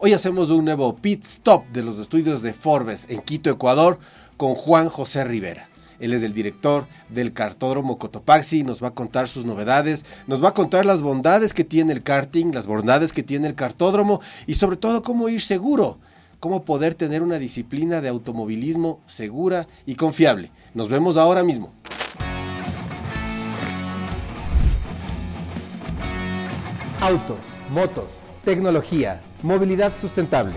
Hoy hacemos un nuevo pit stop de los estudios de Forbes en Quito, Ecuador, con Juan José Rivera. Él es el director del Kartódromo Cotopaxi, nos va a contar sus novedades, nos va a contar las bondades que tiene el karting, las bondades que tiene el kartódromo y sobre todo cómo ir seguro, cómo poder tener una disciplina de automovilismo segura y confiable. Nos vemos ahora mismo. Autos, motos, tecnología, movilidad sustentable.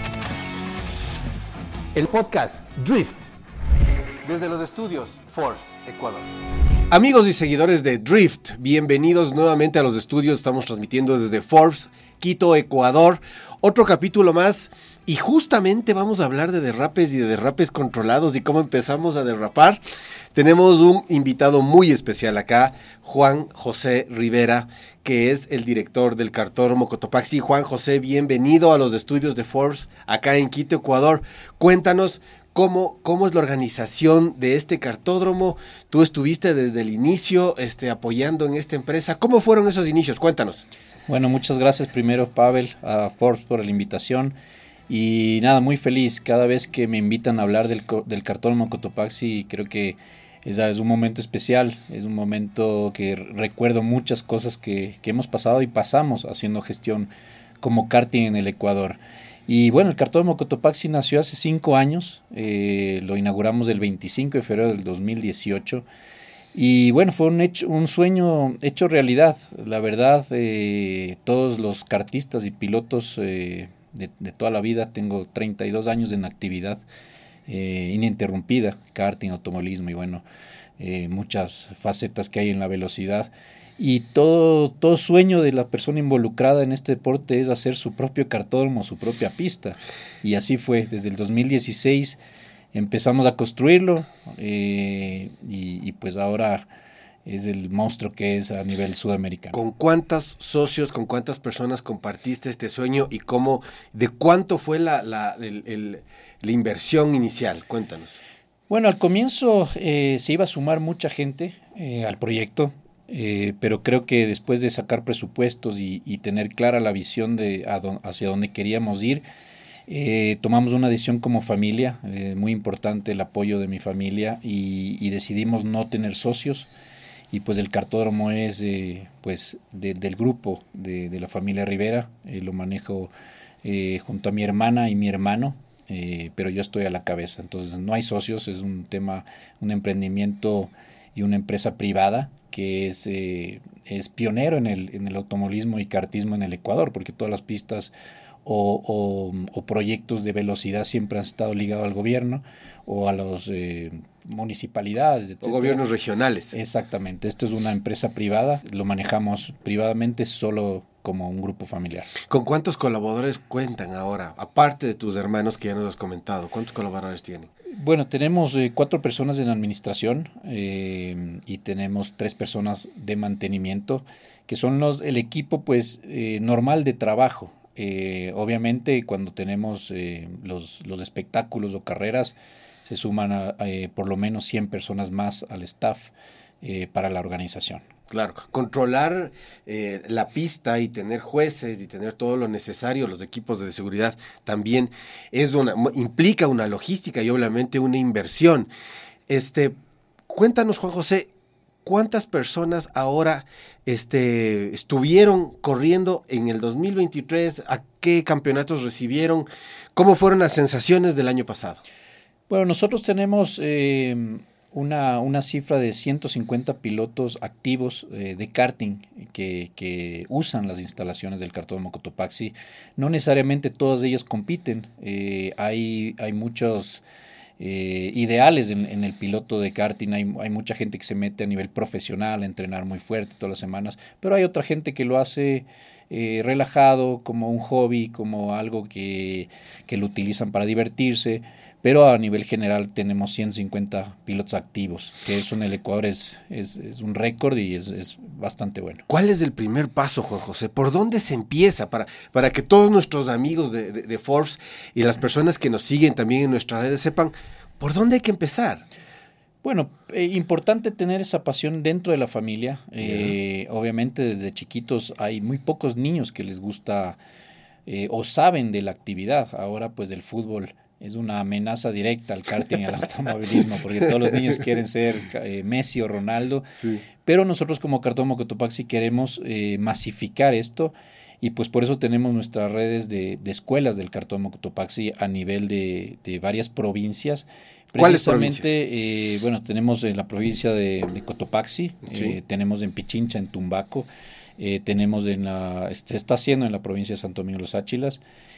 El podcast Drift. Desde los estudios Forbes, Ecuador. Amigos y seguidores de Drift, bienvenidos nuevamente a los estudios. Estamos transmitiendo desde Forbes, Quito, Ecuador. Otro capítulo más y justamente vamos a hablar de derrapes y de derrapes controlados y cómo empezamos a derrapar. Tenemos un invitado muy especial acá, Juan José Rivera, que es el director del Kartódromo Cotopaxi. Juan José, bienvenido a los estudios de Forbes acá en Quito, Ecuador. Cuéntanos cómo es la organización de este kartódromo. Tú estuviste desde el inicio apoyando en esta empresa. ¿Cómo fueron esos inicios? Cuéntanos. Bueno, muchas gracias primero, Pavel, a Forbes por la invitación. Y nada, muy feliz cada vez que me invitan a hablar del Kartódromo Cotopaxi. Creo que es un momento especial, es un momento que recuerdo muchas cosas que hemos pasado y pasamos haciendo gestión como karting en el Ecuador. Y bueno, el Kartódromo Cotopaxi nació hace 5 años, lo inauguramos el 25 de febrero del 2018. Y bueno, fue un sueño hecho realidad. La verdad, todos los kartistas y pilotos de toda la vida, tengo 32 años en actividad ininterrumpida, karting, automovilismo y bueno, muchas facetas que hay en la velocidad. Y todo sueño de la persona involucrada en este deporte es hacer su propio kartódromo, su propia pista. Y así fue, desde el 2016 empezamos a construirlo y pues ahora es el monstruo que es a nivel sudamericano. ¿Con cuántos socios, con cuántas personas compartiste este sueño y de cuánto fue la inversión inicial? Cuéntanos. Bueno, al comienzo se iba a sumar mucha gente al proyecto, pero creo que después de sacar presupuestos y tener clara la visión hacia dónde queríamos ir, tomamos una decisión como familia, muy importante el apoyo de mi familia y decidimos no tener socios. Y pues el kartódromo es del grupo de la familia Rivera, lo manejo junto a mi hermana y mi hermano, pero yo estoy a la cabeza. Entonces no hay socios, es un emprendimiento y una empresa privada que es pionero en el automovilismo y kartismo en el Ecuador, porque todas las pistas o proyectos de velocidad siempre han estado ligados al gobierno o a las municipalidades, etc. O gobiernos regionales. Exactamente, esto es una empresa privada, lo manejamos privadamente solo como un grupo familiar. ¿Con cuántos colaboradores cuentan ahora? Aparte de tus hermanos que ya nos has comentado, ¿cuántos colaboradores tienen? Bueno, tenemos 4 personas en administración y tenemos 3 personas de mantenimiento, que son el equipo normal de trabajo. Obviamente cuando tenemos los espectáculos o carreras se suman por lo menos 100 personas más al staff para la organización. Claro, controlar la pista y tener jueces y tener todo lo necesario, los equipos de seguridad también implica una logística y obviamente una inversión. Cuéntanos, Juan José, ¿cuántas personas ahora estuvieron corriendo en el 2023? ¿A qué campeonatos recibieron? ¿Cómo fueron las sensaciones del año pasado? Bueno, nosotros tenemos una cifra de 150 pilotos activos de karting que usan las instalaciones del Kartódromo Cotopaxi. No necesariamente todas ellas compiten. Hay muchos ideales en el piloto de karting. Hay mucha gente que se mete a nivel profesional a entrenar muy fuerte todas las semanas, pero hay otra gente que lo hace relajado, como un hobby, como algo que lo utilizan para divertirse. Pero a nivel general tenemos 150 pilotos activos, que eso en el Ecuador es un récord y es bastante bueno. ¿Cuál es el primer paso, Juan José? ¿Por dónde se empieza? Para que todos nuestros amigos de Forbes y las personas que nos siguen también en nuestras redes sepan por dónde hay que empezar. Bueno, importante tener esa pasión dentro de la familia. Obviamente desde chiquitos hay muy pocos niños que les gusta o saben de la actividad. Ahora pues el fútbol es una amenaza directa al karting y al automovilismo, porque todos los niños quieren ser Messi o Ronaldo, Sí. pero nosotros como Cartódromo Cotopaxi queremos masificar esto, y pues por eso tenemos nuestras redes de escuelas del Cartódromo Cotopaxi a nivel de varias provincias. ¿Cuáles Precisamente, bueno, tenemos en la provincia de Cotopaxi, Sí. tenemos en Pichincha, en Tumbaco, tenemos se está haciendo en la provincia de Santo Domingo de los Áchilas,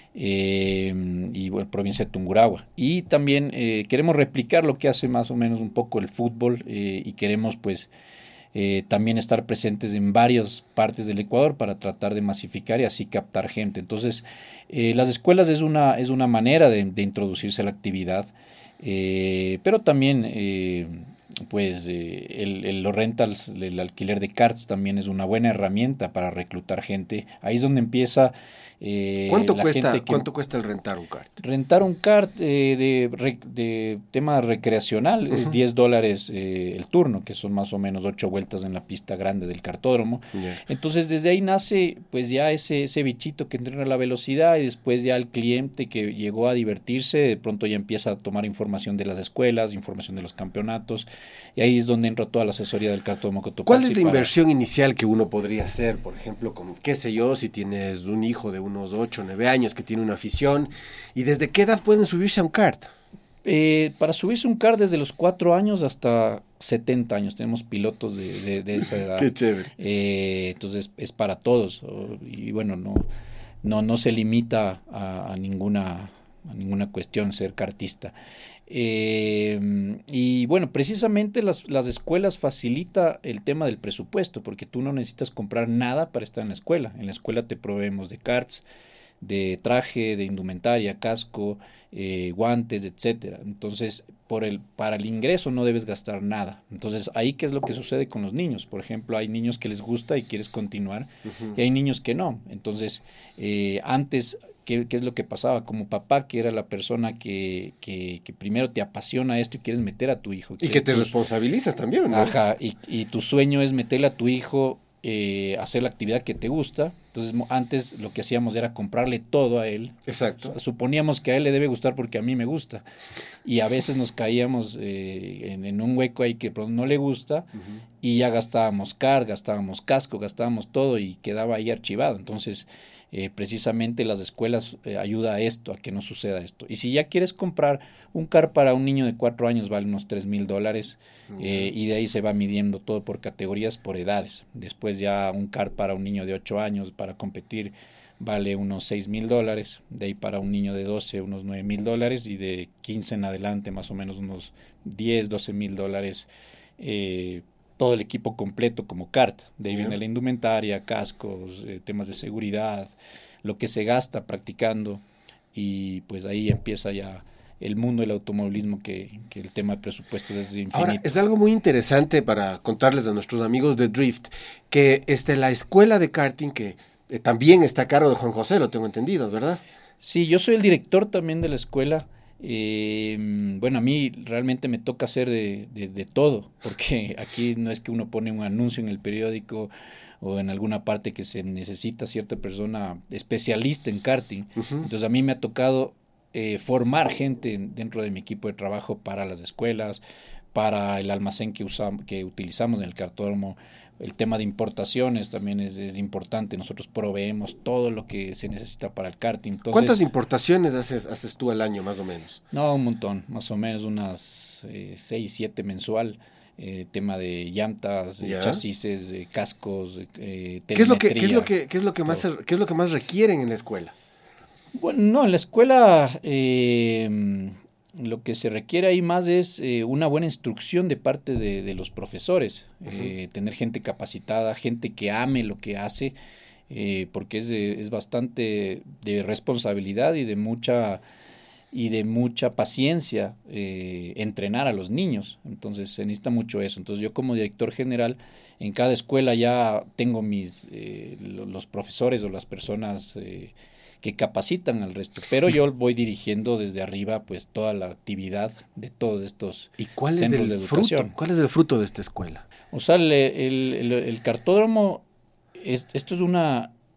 y bueno, provincia de Tungurahua. Y también queremos replicar lo que hace más o menos un poco el fútbol, y queremos pues también estar presentes en varias partes del Ecuador para tratar de masificar y así captar gente. Entonces, las escuelas es una manera de introducirse a la actividad, pero también pues los rentals, el alquiler de karts también es una buena herramienta para reclutar gente. Ahí es donde empieza ¿Cuánto la cuesta, gente que cuánto cuesta el rentar un kart? rentar un kart de tema recreacional es $10 el turno, que son más o menos 8 vueltas en la pista grande del cartódromo. Yeah. Entonces desde ahí nace pues ya ese bichito que entrena la velocidad, y después ya el cliente que llegó a divertirse, de pronto ya empieza a tomar información de las escuelas, información de los campeonatos, y ahí es donde entra toda la asesoría del Cartódromo Cotopaxi. ¿Cuál es la inversión inicial que uno podría hacer? Por ejemplo, con, qué sé yo, si tienes un hijo de unos 8 o 9 años que tiene una afición, ¿y desde qué edad pueden subirse a un kart? Para subirse un kart desde los 4 años hasta 70 años. Tenemos pilotos de esa edad. Qué chévere. Entonces es para todos. Y bueno, no se limita a ninguna cuestión ser kartista. Y bueno, precisamente las escuelas facilita el tema del presupuesto, porque tú no necesitas comprar nada para estar en la escuela. En la escuela te proveemos de karts, de traje, de indumentaria, casco, guantes, etcétera. Entonces, para el ingreso no debes gastar nada. Entonces, ahí qué es lo que sucede con los niños. Por ejemplo, hay niños que les gusta y quieres continuar, y hay niños que no. Entonces, antes, ¿qué es lo que pasaba? Como papá, que era la persona que primero te apasiona esto y quieres meter a tu hijo. Y que te responsabilizas también, ¿no? Ajá, y tu sueño es meterle a tu hijo hacer la actividad que te gusta. Entonces antes lo que hacíamos era comprarle todo a él. Exacto. Suponíamos que a él le debe gustar porque a mí me gusta, y a veces nos caíamos en un hueco ahí que no le gusta, y ya gastábamos kart, gastábamos casco, gastábamos todo y quedaba ahí archivado. Entonces precisamente las escuelas ayuda a esto, a que no suceda esto. Y si ya quieres comprar un kart para un niño de 4 años, vale unos $3,000, y de ahí se va midiendo todo por categorías, por edades. Después ya un kart para un niño de 8 años para competir vale unos $6,000, de ahí para un niño de 12 unos $9,000, y de 15 en adelante más o menos unos $10,000-$12,000, todo el equipo completo como kart. De ahí viene la indumentaria, cascos, temas de seguridad, lo que se gasta practicando, y pues ahí empieza ya el mundo del automovilismo, que el tema de presupuestos es infinito. Ahora, es algo muy interesante para contarles a nuestros amigos de Drift, que la escuela de karting, que también está a cargo de Juan José, lo tengo entendido, ¿verdad? Sí, yo soy el director también de la escuela. Bueno, a mí realmente me toca hacer de todo, porque aquí no es que uno pone un anuncio en el periódico o en alguna parte que se necesita cierta persona especialista en karting. Entonces a mí me ha tocado formar gente dentro de mi equipo de trabajo para las escuelas, para el almacén que utilizamos en el cartódromo. El tema de importaciones también es importante. Nosotros proveemos todo lo que se necesita para el karting. Entonces, ¿cuántas importaciones haces tú al año, más o menos? No, un montón, más o menos unas 6, 7 mensual. Tema de llantas, chasis, cascos, telemetría. ¿Qué es lo que más requieren en la escuela? Bueno, no, en la escuela lo que se requiere ahí más es una buena instrucción de parte de los profesores, tener gente capacitada, gente que ame lo que hace, porque es bastante de responsabilidad y de mucha paciencia entrenar a los niños. Entonces se necesita mucho eso. Entonces yo como director general en cada escuela ya tengo los profesores o las personas que capacitan al resto, pero yo voy dirigiendo desde arriba pues toda la actividad de todos estos centros de educación. ¿Cuál es el fruto de esta escuela? O sea, el cartódromo, esto es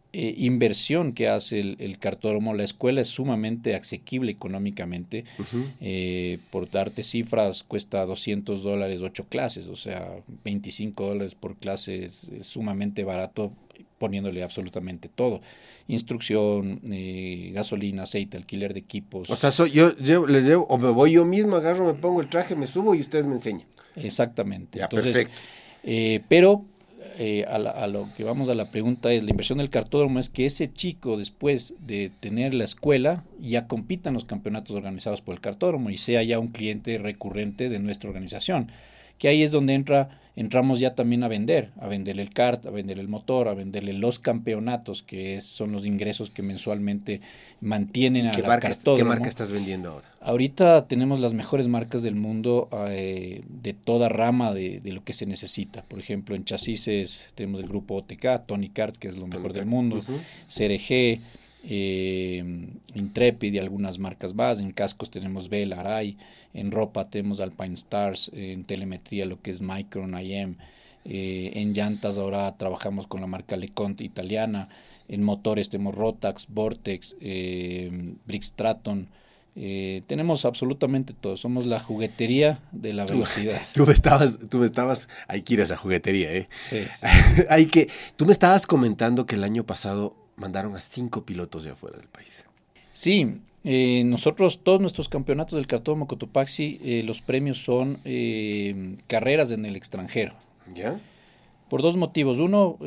inversión que hace el cartódromo. La escuela es sumamente asequible económicamente. Por darte cifras, cuesta $200 8 clases, o sea, $25 por clase es sumamente barato, poniéndole absolutamente todo: instrucción, gasolina, aceite, alquiler de equipos. O sea, les llevo, o me voy yo mismo, agarro, me pongo el traje, me subo y ustedes me enseñan. Exactamente. Ya, entonces, perfecto. Pero a lo que vamos a la pregunta es, la inversión del cartódromo es que ese chico, después de tener la escuela, ya compita en los campeonatos organizados por el cartódromo y sea ya un cliente recurrente de nuestra organización, que ahí es donde entramos ya también a vender el kart, a vender el motor, a venderle los campeonatos, que son los ingresos que mensualmente mantienen al cartódromo. ¿Qué marca estás vendiendo ahora? Ahorita tenemos las mejores marcas del mundo, de toda rama de lo que se necesita. Por ejemplo, en chasis tenemos el grupo OTK, Tony Kart, que es lo mejor del mundo, CRG, Intrepid y algunas marcas más. En cascos tenemos Bell, Arai. En ropa tenemos Alpine Stars. En telemetría lo que es Micron, IM. En llantas ahora trabajamos con la marca LeConte italiana. En motores tenemos Rotax, Vortex, Brixstraton. Tenemos absolutamente todo. Somos la juguetería de la velocidad. Tú me estabas, hay que ir a esa juguetería, ¿eh? Sí. Tú me estabas comentando que el año pasado mandaron a 5 pilotos de afuera del país. Sí, nosotros, todos nuestros campeonatos del cartódromo Cotopaxi, los premios son carreras en el extranjero. ¿Ya? Por 2 motivos. Uno,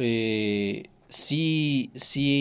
sí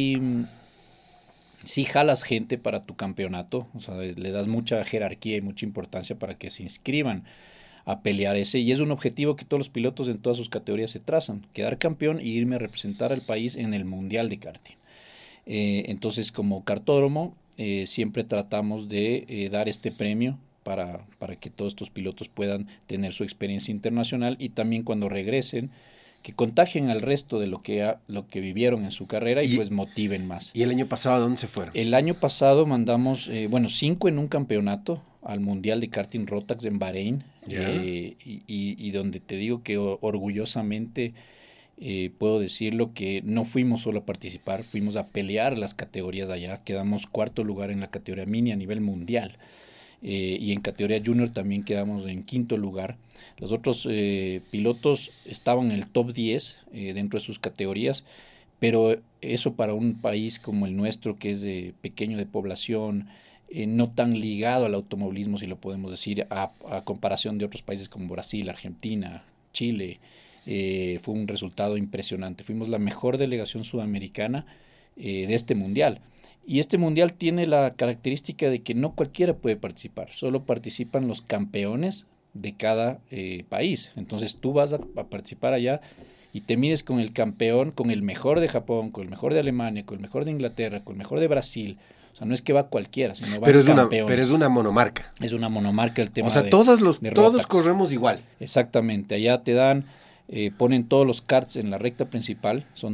jalas gente para tu campeonato, o sea, le das mucha jerarquía y mucha importancia para que se inscriban a pelear ese, y es un objetivo que todos los pilotos en todas sus categorías se trazan: quedar campeón y irme a representar al país en el Mundial de Karting. Entonces, como cartódromo, siempre tratamos de dar este premio para que todos estos pilotos puedan tener su experiencia internacional, y también cuando regresen, que contagien al resto de lo que vivieron en su carrera y pues motiven más. ¿Y el año pasado a dónde se fueron? El año pasado mandamos, 5 en un campeonato al Mundial de Karting Rotax en Bahrein, y donde te digo que orgullosamente puedo decirlo que no fuimos solo a participar, fuimos a pelear las categorías de allá. Quedamos 4º lugar en la categoría mini a nivel mundial, y en categoría junior también quedamos en 5º lugar. Los otros pilotos estaban en el top 10 dentro de sus categorías, pero eso para un país como el nuestro, que es pequeño de población, no tan ligado al automovilismo, si lo podemos decir, a comparación de otros países como Brasil, Argentina, Chile, fue un resultado impresionante. Fuimos la mejor delegación sudamericana de este mundial. Y este mundial tiene la característica de que no cualquiera puede participar, solo participan los campeones de cada país. Entonces tú vas a participar allá y te mides con el campeón, con el mejor de Japón, con el mejor de Alemania, con el mejor de Inglaterra, con el mejor de Brasil. O sea, no es que va cualquiera, sino va campeones. Pero es una monomarca. Es una monomarca el tema. O sea, de todos Rotax. corremos igual. Exactamente, allá te dan, ponen todos los karts en la recta principal, son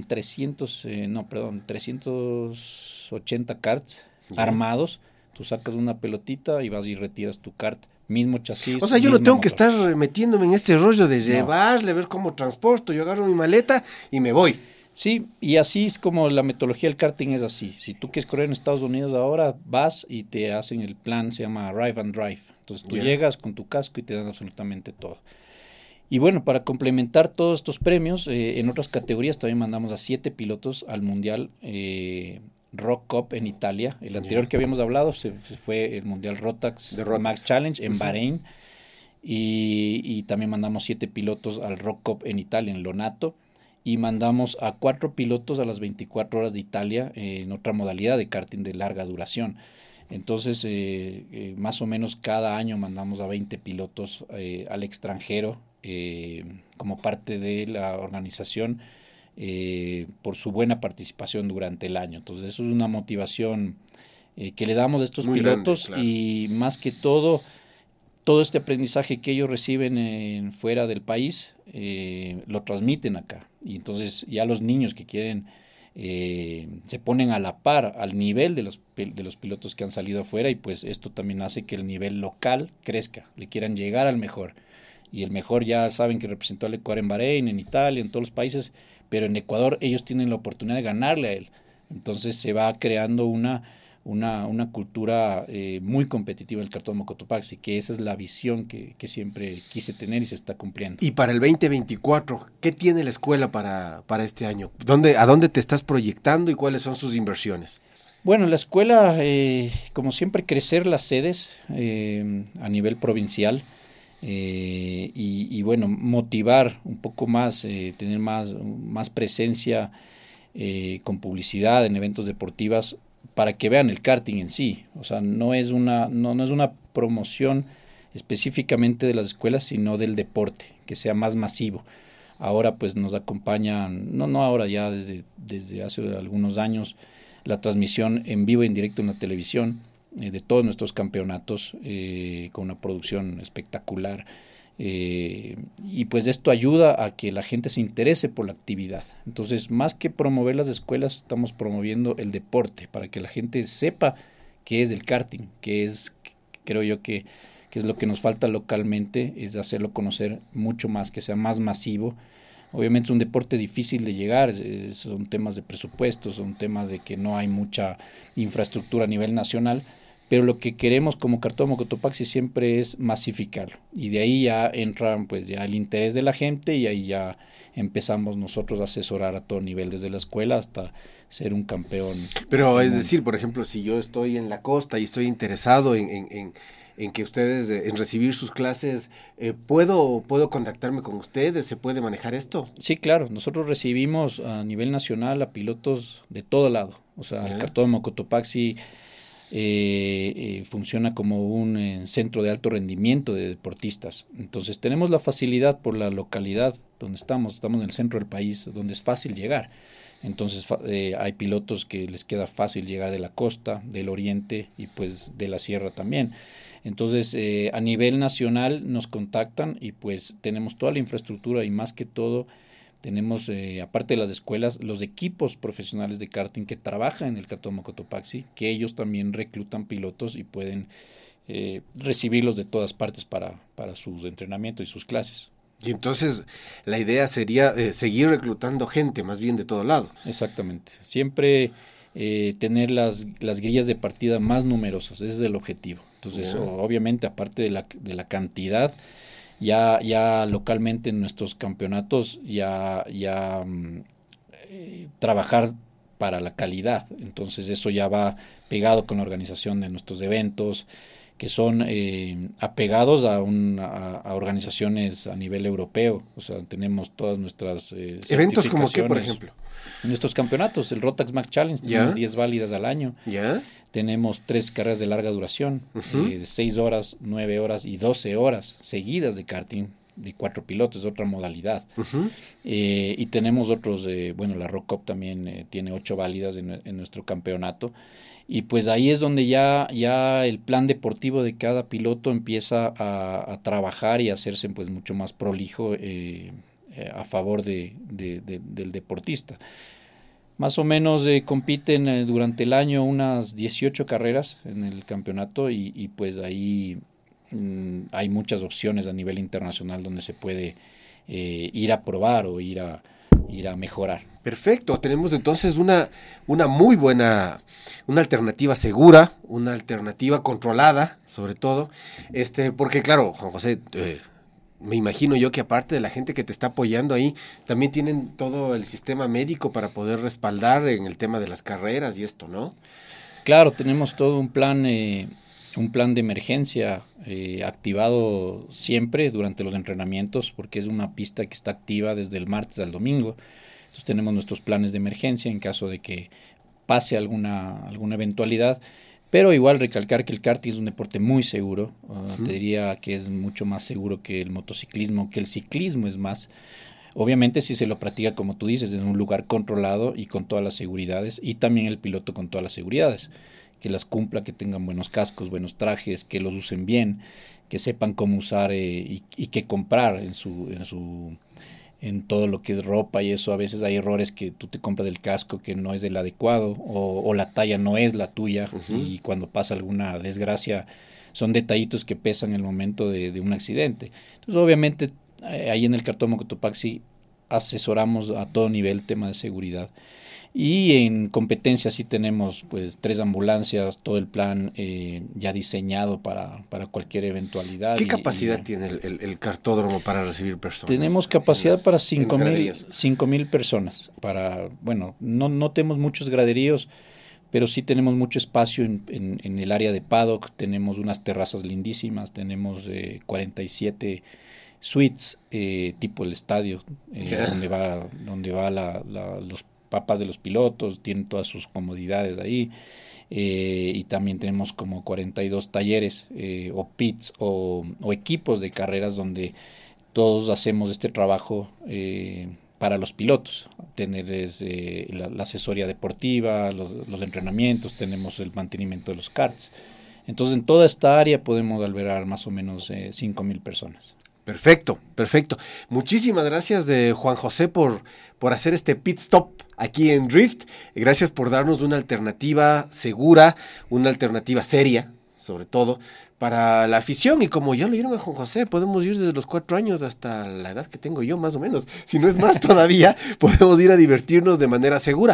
380 karts armados. Tú sacas una pelotita y vas y retiras tu kart, mismo chasis. O sea, yo no tengo motor. que estar metiéndome en este rollo de llevarle, ver cómo transporto. Yo agarro mi maleta y me voy. Sí, y así es como la metodología del karting es así. Si tú quieres correr en Estados Unidos ahora, vas y te hacen el plan, se llama Arrive and Drive. Entonces tú llegas con tu casco y te dan absolutamente todo. Y bueno, para complementar todos estos premios, en otras categorías también mandamos a 7 pilotos al Mundial Rock Cup en Italia. El anterior que habíamos hablado se fue el Mundial Rotax Max Challenge en Bahrein. Y también mandamos 7 pilotos al Rock Cup en Italia, en Lonato. Y mandamos a 4 pilotos a las 24 horas de Italia en otra modalidad de karting de larga duración. Entonces, más o menos cada año mandamos a 20 pilotos al extranjero como parte de la organización, por su buena participación durante el año. Entonces, eso es una motivación que le damos a estos muy pilotos grande, claro. Y más que todo este aprendizaje que ellos reciben fuera del país, lo transmiten acá. Y entonces ya los niños que quieren se ponen a la par, al nivel de los pilotos que han salido afuera, y pues esto también hace que el nivel local crezca, le quieran llegar al mejor. Y el mejor ya saben que representó al Ecuador en Bahrein, en Italia, en todos los países, pero en Ecuador ellos tienen la oportunidad de ganarle a él. Entonces se va creando una cultura muy competitiva del karting Mocotopaxi, que esa es la visión que siempre quise tener y se está cumpliendo. Y para el 2024, ¿qué tiene la escuela para este año? ¿A dónde te estás proyectando y cuáles son sus inversiones? Bueno, la escuela, como siempre, crecer las sedes a nivel provincial y bueno, motivar un poco más, tener más presencia con publicidad en eventos deportivos para que vean el karting en sí. O sea, no es una promoción específicamente de las escuelas, sino del deporte, que sea más masivo. Ahora pues nos acompañan, no ahora, ya desde hace algunos años, la transmisión en vivo y en directo en la televisión de todos nuestros campeonatos con una producción espectacular. Y pues esto ayuda a que la gente se interese por la actividad. Entonces, más que promover las escuelas, estamos promoviendo el deporte para que la gente sepa qué es el karting, creo yo que es lo que nos falta localmente, es hacerlo conocer mucho más, que sea más masivo. Obviamente es un deporte difícil de llegar, son temas de presupuesto, son temas de que no hay mucha infraestructura a nivel nacional, pero lo que queremos como Karting Mocotopaxi siempre es masificarlo, y de ahí ya entra pues ya el interés de la gente, y ahí ya empezamos nosotros a asesorar a todo nivel, desde la escuela hasta ser un campeón. Pero es decir, por ejemplo, si yo estoy en la costa y estoy interesado en que ustedes, en recibir sus clases, ¿puedo contactarme con ustedes? ¿Se puede manejar esto? Sí, claro, nosotros recibimos a nivel nacional a pilotos de todo lado, o sea, el Karting Mocotopaxi funciona como un centro de alto rendimiento de deportistas. Entonces tenemos la facilidad por la localidad donde estamos en el centro del país, donde es fácil llegar. Entonces hay pilotos que les queda fácil llegar de la costa, del oriente y pues de la sierra también. Entonces a nivel nacional nos contactan y pues tenemos toda la infraestructura, y más que todo tenemos, aparte de las escuelas, los equipos profesionales de karting que trabajan en el Karting Mocotopaxi, que ellos también reclutan pilotos y pueden recibirlos de todas partes para sus entrenamientos y sus clases. Y entonces la idea sería seguir reclutando gente, más bien de todo lado. Exactamente. Siempre tener las grillas de partida más numerosas, ese es el objetivo. Entonces, obviamente, aparte de la cantidad, ya localmente en nuestros campeonatos trabajar para la calidad. Entonces eso ya va pegado con la organización de nuestros eventos, que son apegados a organizaciones a nivel europeo. O sea, tenemos todas nuestras ¿eventos como qué, por ejemplo? En nuestros campeonatos, el Rotax Mac Challenge, tenemos 10 válidas al año. Tenemos 3 carreras de larga duración, de 6 horas, 9 horas y 12 horas seguidas de karting, de 4 pilotos, otra modalidad. Y tenemos otros, la Rock Cup también tiene 8 válidas en nuestro campeonato. Y pues ahí es donde ya el plan deportivo de cada piloto empieza a trabajar y a hacerse pues mucho más prolijo a favor del deportista. Más o menos compiten durante el año unas 18 carreras en el campeonato, y pues ahí hay muchas opciones a nivel internacional donde se puede ir a probar o ir a mejorar. Perfecto, tenemos entonces una muy buena, una alternativa segura, una alternativa controlada, sobre todo, porque claro, Juan José, me imagino yo que aparte de la gente que te está apoyando ahí, también tienen todo el sistema médico para poder respaldar en el tema de las carreras y esto, ¿no? Claro, tenemos todo un plan de emergencia activado siempre durante los entrenamientos, porque es una pista que está activa desde el martes al domingo. Entonces tenemos nuestros planes de emergencia en caso de que pase alguna eventualidad. Pero igual recalcar que el karting es un deporte muy seguro. Te diría que es mucho más seguro que el motociclismo, que el ciclismo es más. Obviamente si se lo practica, como tú dices, en un lugar controlado y con todas las seguridades, y también el piloto con todas las seguridades, que las cumpla, que tengan buenos cascos, buenos trajes, que los usen bien, que sepan cómo usar y qué comprar en todo lo que es ropa y eso. A veces hay errores que tú te compras del casco que no es el adecuado, o la talla no es la tuya, y cuando pasa alguna desgracia son detallitos que pesan en el momento de un accidente. Entonces obviamente ahí en el Karting Mocotopaxi asesoramos a todo nivel tema de seguridad. Y en competencia sí tenemos pues 3 ambulancias, todo el plan ya diseñado para cualquier eventualidad. ¿Qué capacidad tiene el cartódromo para recibir personas? Tenemos capacidad para 5,000 personas. No tenemos muchos graderíos, pero sí tenemos mucho espacio en el área de paddock. Tenemos unas terrazas lindísimas, tenemos 47 suites tipo el estadio, donde va los papas de los pilotos, tienen todas sus comodidades ahí, y también tenemos como 42 talleres o pits o equipos de carreras donde todos hacemos este trabajo para los pilotos, tener la asesoría deportiva, los entrenamientos, tenemos el mantenimiento de los karts. Entonces en toda esta área podemos albergar más o menos 5,000 personas. Perfecto. Muchísimas gracias Juan José por hacer este pit stop aquí en Drift. Gracias por darnos una alternativa segura, una alternativa seria, sobre todo, para la afición. Y como ya lo oyeron a Juan José, podemos ir desde los 4 años hasta la edad que tengo yo, más o menos. Si no es más todavía, podemos ir a divertirnos de manera segura.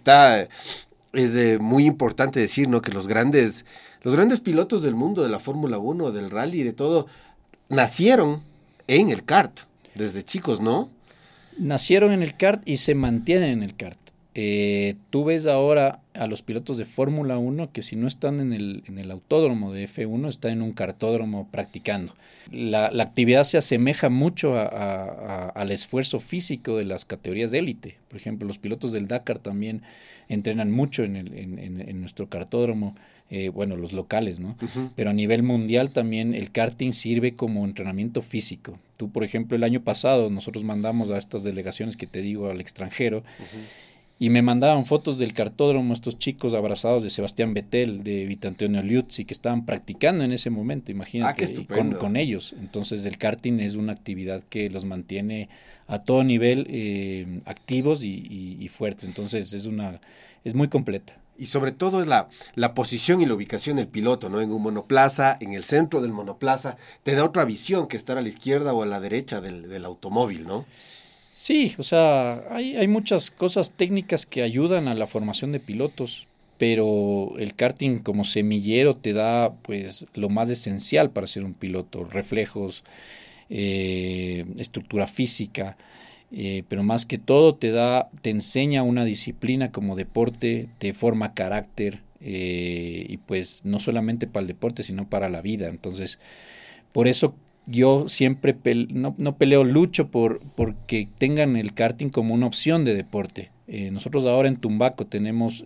Es muy importante decir, ¿no?, que los grandes pilotos del mundo, de la Fórmula 1, del rally, de todo, nacieron en el kart, desde chicos, ¿no? Nacieron en el kart y se mantienen en el kart. Tú ves ahora a los pilotos de Fórmula 1 que si no están en el autódromo de F1, están en un kartódromo practicando. La actividad se asemeja mucho al esfuerzo físico de las categorías de élite. Por ejemplo, los pilotos del Dakar también entrenan mucho en nuestro kartódromo. Los locales, ¿no? Uh-huh. Pero a nivel mundial también el karting sirve como entrenamiento físico. Tú, por ejemplo, el año pasado nosotros mandamos a estas delegaciones que te digo al extranjero, uh-huh, y me mandaban fotos del kartódromo, estos chicos abrazados de Sebastián Vettel, de Vitantonio Liuzzi, que estaban practicando en ese momento, imagínate, con ellos. Entonces el karting es una actividad que los mantiene a todo nivel activos y fuertes. Entonces es muy completa. Y sobre todo es la posición y la ubicación del piloto, ¿no? En un monoplaza, en el centro del monoplaza, te da otra visión que estar a la izquierda o a la derecha del automóvil, ¿no? Sí, o sea, hay muchas cosas técnicas que ayudan a la formación de pilotos, pero el karting como semillero te da pues lo más esencial para ser un piloto: reflejos, estructura física. Pero más que todo te enseña una disciplina como deporte, te forma carácter, y pues no solamente para el deporte sino para la vida. Entonces por eso yo siempre lucho porque tengan el karting como una opción de deporte. Nosotros ahora en Tumbaco tenemos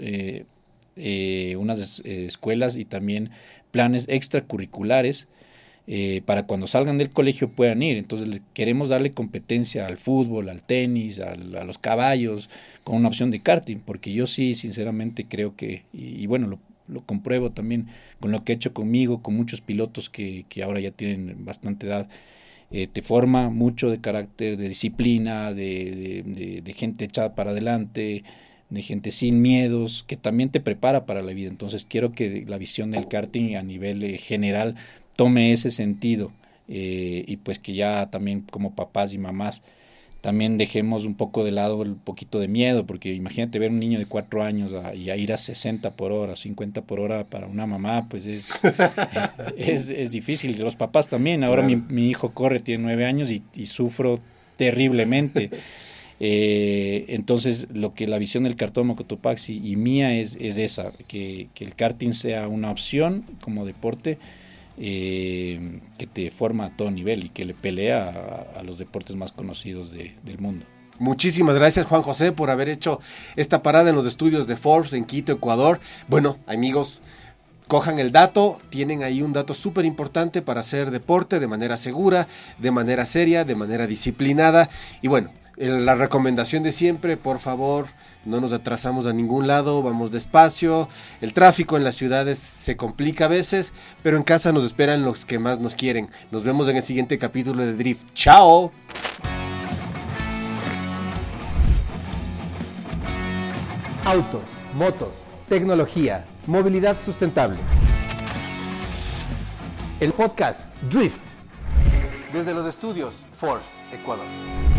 unas escuelas y también planes extracurriculares para cuando salgan del colegio puedan ir. Entonces queremos darle competencia al fútbol, al tenis, a los caballos, con una opción de karting, porque yo sí sinceramente creo que, y bueno, lo compruebo también con lo que he hecho conmigo, con muchos pilotos que ahora ya tienen bastante edad, te forma mucho de carácter, de disciplina, de gente echada para adelante, de gente sin miedos, que también te prepara para la vida. Entonces quiero que la visión del karting a nivel general tome ese sentido, y pues que ya también como papás y mamás también dejemos un poco de lado el poquito de miedo, porque imagínate ver un niño de 4 años y a ir a 60 por hora, 50 por hora para una mamá, pues es difícil. Los papás también. Ahora claro. mi hijo corre, tiene 9 años y sufro terriblemente. Entonces la visión del cartódromo Cotopaxi y mía es esa, que el karting sea una opción como deporte, que te forma a todo nivel y que le pelea a los deportes más conocidos del mundo. Muchísimas gracias, Juan José, por haber hecho esta parada en los estudios de Forbes en Quito, Ecuador. Bueno, amigos, cojan el dato, tienen ahí un dato súper importante para hacer deporte de manera segura, de manera seria, de manera disciplinada. Y bueno, la recomendación de siempre, por favor, no nos atrasamos a ningún lado, vamos despacio. El tráfico en las ciudades se complica a veces, pero en casa nos esperan los que más nos quieren. Nos vemos en el siguiente capítulo de Drift. ¡Chao! Autos, motos, tecnología, movilidad sustentable. El podcast Drift. Desde los estudios Forbes, Ecuador.